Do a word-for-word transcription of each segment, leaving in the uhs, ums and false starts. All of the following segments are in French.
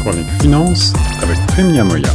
Chronique Finance avec Prime Niamoya.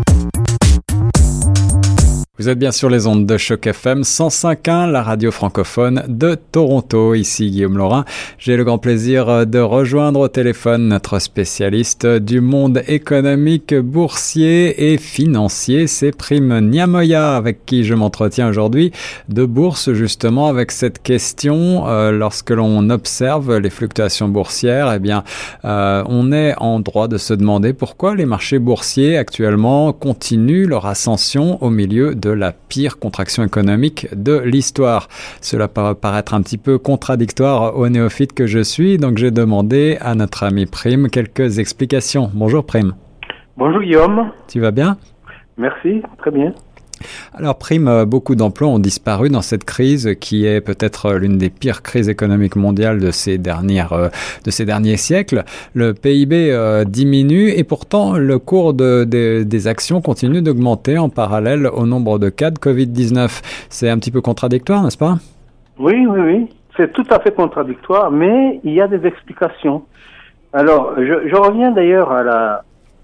Vous êtes bien sur les ondes de Choc F M cent cinq point un, la radio francophone de Toronto. Ici Guillaume Laurin. J'ai le grand plaisir de rejoindre au téléphone notre spécialiste du monde économique, boursier et financier. C'est Prime Niamoya avec qui je m'entretiens aujourd'hui de bourse, justement avec cette question. Euh, lorsque l'on observe les fluctuations boursières, eh bien, euh, on est en droit de se demander pourquoi les marchés boursiers actuellement continuent leur ascension au milieu de de la pire contraction économique de l'histoire. Cela peut paraître un petit peu contradictoire au néophyte que je suis, donc j'ai demandé à notre ami Prime quelques explications. Bonjour Prime. Bonjour Guillaume. Tu vas bien? Merci, très bien. Alors Prime, beaucoup d'emplois ont disparu dans cette crise qui est peut-être l'une des pires crises économiques mondiales de ces dernières, de ces derniers siècles. Le P I B euh, diminue et pourtant le cours de, de, des actions continue d'augmenter en parallèle au nombre de cas de covid dix-neuf. C'est un petit peu contradictoire, n'est-ce pas? Oui, oui, oui. C'est tout à fait contradictoire, mais il y a des explications. Alors, je, je reviens d'ailleurs à la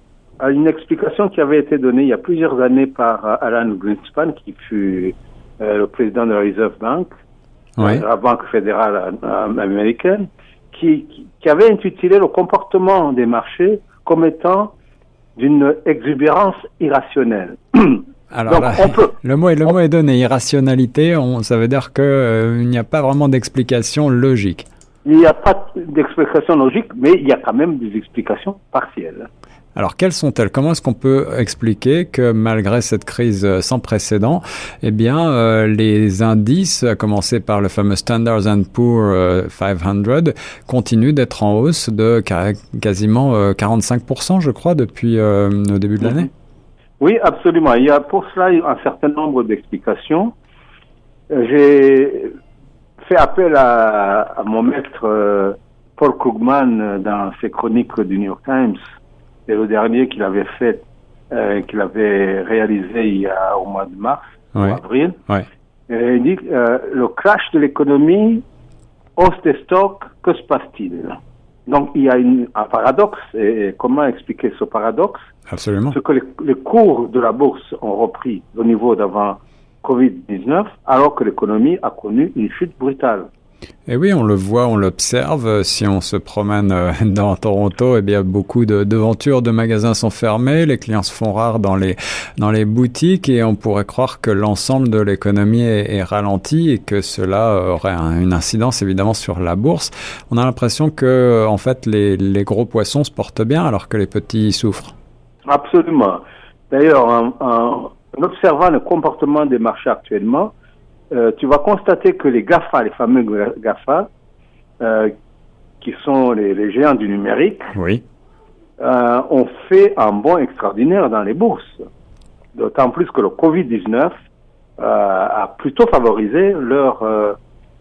à une explication qui avait été donnée il y a plusieurs années par Alan Greenspan, qui fut euh, le président de la Reserve Bank, oui. euh, la Banque fédérale américaine, qui, qui, qui avait intitulé le comportement des marchés comme étant d'une exubérance irrationnelle. Alors Donc, là, on peut, le mot, est, le on, mot est donné, irrationalité, on, ça veut dire qu'il euh, n'y a pas vraiment d'explication logique. Il n'y a pas d'explication logique, mais il y a quand même des explications partielles. Alors, quelles sont-elles? Comment est-ce qu'on peut expliquer que malgré cette crise sans précédent, eh bien, euh, les indices, à commencer par le fameux Standard and Poor's euh, cinq cents, continuent d'être en hausse de quasiment euh, quarante-cinq pour cent, je crois, depuis euh, le début de l'année? Oui, absolument. Il y a pour cela un certain nombre d'explications. J'ai fait appel à, à mon maître euh, Paul Krugman dans ses chroniques du New York Times. C'est le dernier qu'il avait fait, euh, qu'il avait réalisé il y a au mois de mars, ouais. ou avril. Ouais. Et il dit euh, le crash de l'économie, hausse des stocks, que se passe-t-il? Donc il y a une, un paradoxe. Et comment expliquer ce paradoxe? Absolument. C'est que les, les cours de la bourse ont repris au niveau d'avant covid dix-neuf, alors que l'économie a connu une chute brutale. Et oui, on le voit, on l'observe. Si on se promène dans Toronto, eh bien, beaucoup de devantures de magasins sont fermées, les clients se font rares dans les, dans les boutiques et on pourrait croire que l'ensemble de l'économie est, est ralenti et que cela aurait un, une incidence évidemment sur la bourse. On a l'impression que, en fait, les, les gros poissons se portent bien alors que les petits souffrent. Absolument. D'ailleurs, en, en, en observant le comportement des marchés actuellement, Euh, tu vas constater que les GAFA, les fameux GAFA, euh, qui sont les, les géants du numérique, oui. euh, ont fait un bond extraordinaire dans les bourses. D'autant plus que le covid dix-neuf euh, a plutôt favorisé leur, euh,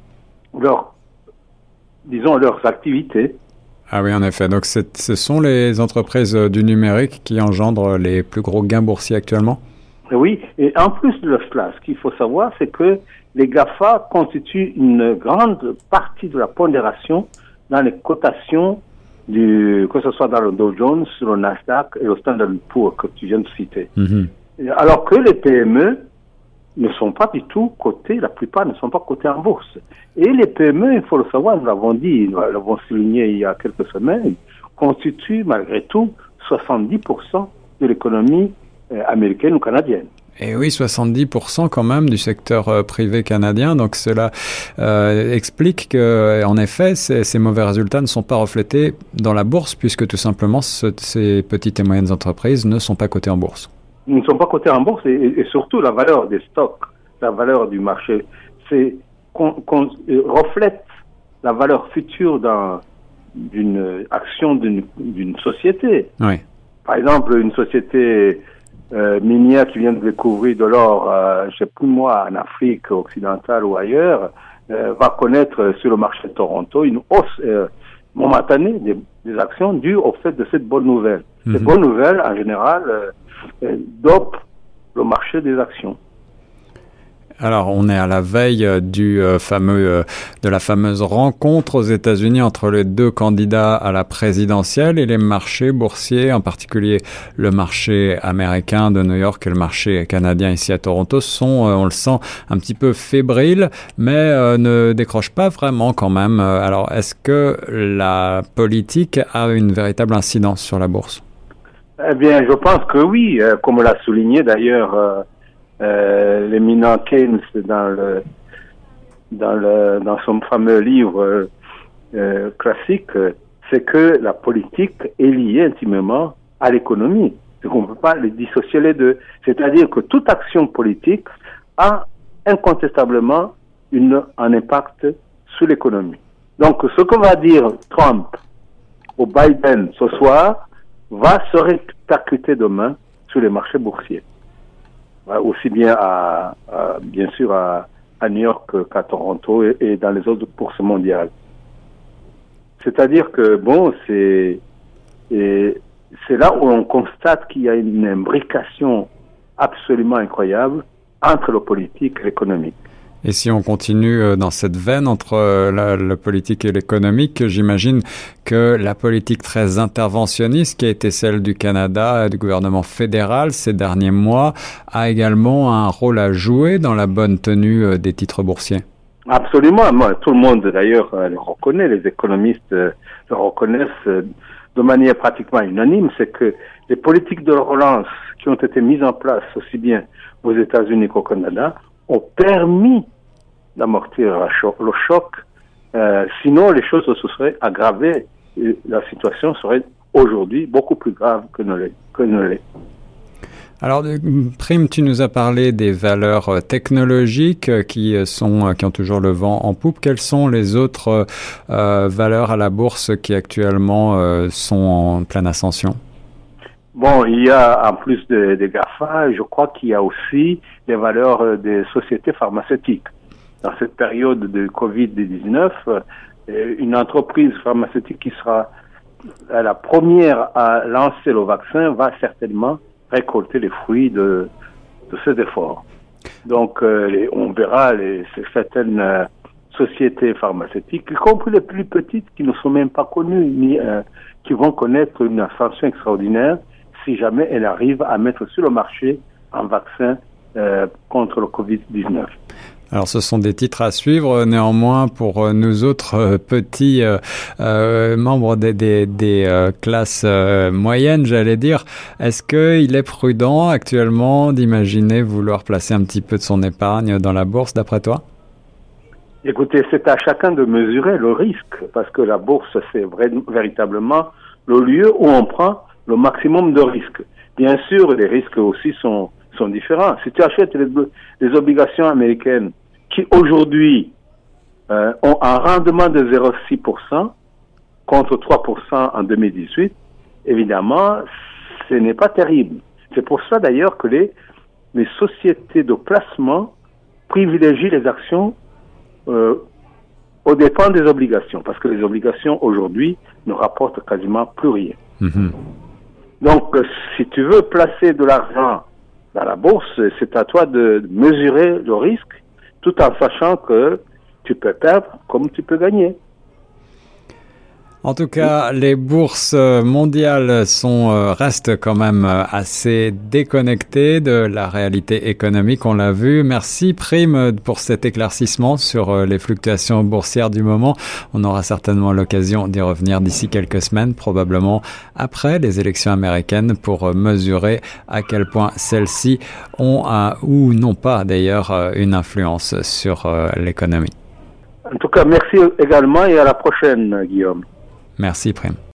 leur, disons, leurs activités. Ah oui, en effet. Donc, c'est, ce sont les entreprises du numérique qui engendrent les plus gros gains boursiers actuellement? Oui, et en plus de cela, ce qu'il faut savoir, c'est que les GAFA constituent une grande partie de la pondération dans les cotations, du, que ce soit dans le Dow Jones, le Nasdaq et le Standard and Poor's que tu viens de citer. Mm-hmm. Alors que les P M E ne sont pas du tout cotés, la plupart ne sont pas cotés en bourse. Et les P M E, il faut le savoir, nous l'avons dit, nous l'avons souligné il y a quelques semaines, constituent malgré tout soixante-dix pour cent de l'économie euh, américaine ou canadienne. Et oui, soixante-dix pour cent quand même du secteur euh, privé canadien. Donc cela euh, explique que, en effet, ces, ces mauvais résultats ne sont pas reflétés dans la bourse puisque tout simplement ce, ces petites et moyennes entreprises ne sont pas cotées en bourse. Ils ne sont pas cotés en bourse et, et surtout la valeur des stocks, la valeur du marché, c'est qu'on, qu'on reflète la valeur future d'un, d'une action d'une, d'une société. Oui. Par exemple, une société Euh, minière qui vient de découvrir de l'or, euh, je sais plus moi, en Afrique occidentale ou ailleurs, euh, va connaître euh, sur le marché de Toronto une hausse euh, momentanée des, des actions due au fait de cette bonne nouvelle. Mm-hmm. Ces bonnes nouvelles, en général, euh, euh, dopent le marché des actions. Alors, on est à la veille du euh, fameux, euh, de la fameuse rencontre aux États-Unis entre les deux candidats à la présidentielle et les marchés boursiers, en particulier le marché américain de New York et le marché canadien ici à Toronto, sont, euh, on le sent, un petit peu fébriles, mais euh, ne décrochent pas vraiment quand même. Alors, est-ce que la politique a une véritable incidence sur la bourse? Eh bien, je pense que oui, euh, comme l'a souligné d'ailleurs euh, Euh, l'éminent Keynes dans le dans le dans son fameux livre euh, classique, c'est que la politique est liée intimement à l'économie. Donc on ne peut pas les dissocier les deux. C'est-à-dire que toute action politique a incontestablement une un impact sur l'économie. Donc ce que va dire Trump ou Biden ce soir va se répercuter demain sur les marchés boursiers. Aussi bien à, à bien sûr à, à New York qu'à Toronto et, et dans les autres bourses mondiales. C'est-à-dire que bon, c'est et c'est là où on constate qu'il y a une imbrication absolument incroyable entre le politique et l'économique. Et si on continue dans cette veine entre la, la politique et l'économique, j'imagine que la politique très interventionniste qui a été celle du Canada, du gouvernement fédéral ces derniers mois, a également un rôle à jouer dans la bonne tenue des titres boursiers. Absolument. Moi, tout le monde d'ailleurs le reconnaît, les économistes le reconnaissent de manière pratiquement unanime, c'est que les politiques de relance qui ont été mises en place aussi bien aux États-Unis qu'au Canada ont permis d'amortir le choc. Euh, sinon, les choses se seraient aggravées. Et la situation serait aujourd'hui beaucoup plus grave que ne l'est. Que ne l'est. Alors, Prime, tu nous as parlé des valeurs technologiques qui sont, qui ont toujours le vent en poupe. Quelles sont les autres euh, valeurs à la bourse qui actuellement euh, sont en pleine ascension? Bon, il y a, en plus des de GAFA, je crois qu'il y a aussi les valeurs des sociétés pharmaceutiques. Dans cette période de covid dix-neuf, une entreprise pharmaceutique qui sera la première à lancer le vaccin va certainement récolter les fruits de, de ces efforts. Donc, euh, les, on verra les, certaines euh, sociétés pharmaceutiques, y compris les plus petites qui ne sont même pas connues, ni, euh, qui vont connaître une ascension extraordinaire si jamais elle arrive à mettre sur le marché un vaccin euh, contre le covid dix-neuf. Alors, ce sont des titres à suivre. Néanmoins, pour nous autres euh, petits euh, euh, membres des, des, des euh, classes euh, moyennes, j'allais dire, est-ce qu'il est prudent actuellement d'imaginer vouloir placer un petit peu de son épargne dans la bourse, d'après toi? Écoutez, c'est à chacun de mesurer le risque, parce que la bourse, c'est vrai, véritablement le lieu où on prend le maximum de risques. Bien sûr, les risques aussi sont, sont différents. Si tu achètes les, les obligations américaines qui aujourd'hui euh, ont un rendement de zéro virgule six pour cent contre trois pour cent en deux mille dix-huit, évidemment, ce n'est pas terrible. C'est pour ça d'ailleurs que les, les sociétés de placement privilégient les actions euh, aux dépens des obligations, parce que les obligations aujourd'hui ne rapportent quasiment plus rien. Mm-hmm. Donc, euh, si tu veux placer de l'argent dans la bourse, c'est à toi de mesurer le risque, tout en sachant que tu peux perdre comme tu peux gagner. En tout cas, les bourses mondiales sont, euh, restent quand même assez déconnectées de la réalité économique, on l'a vu. Merci Prime pour cet éclaircissement sur les fluctuations boursières du moment. On aura certainement l'occasion d'y revenir d'ici quelques semaines, probablement après les élections américaines, pour mesurer à quel point celles-ci ont, un, ou n'ont pas d'ailleurs, une influence sur euh, l'économie. En tout cas, merci également et à la prochaine, Guillaume. Merci, Prime.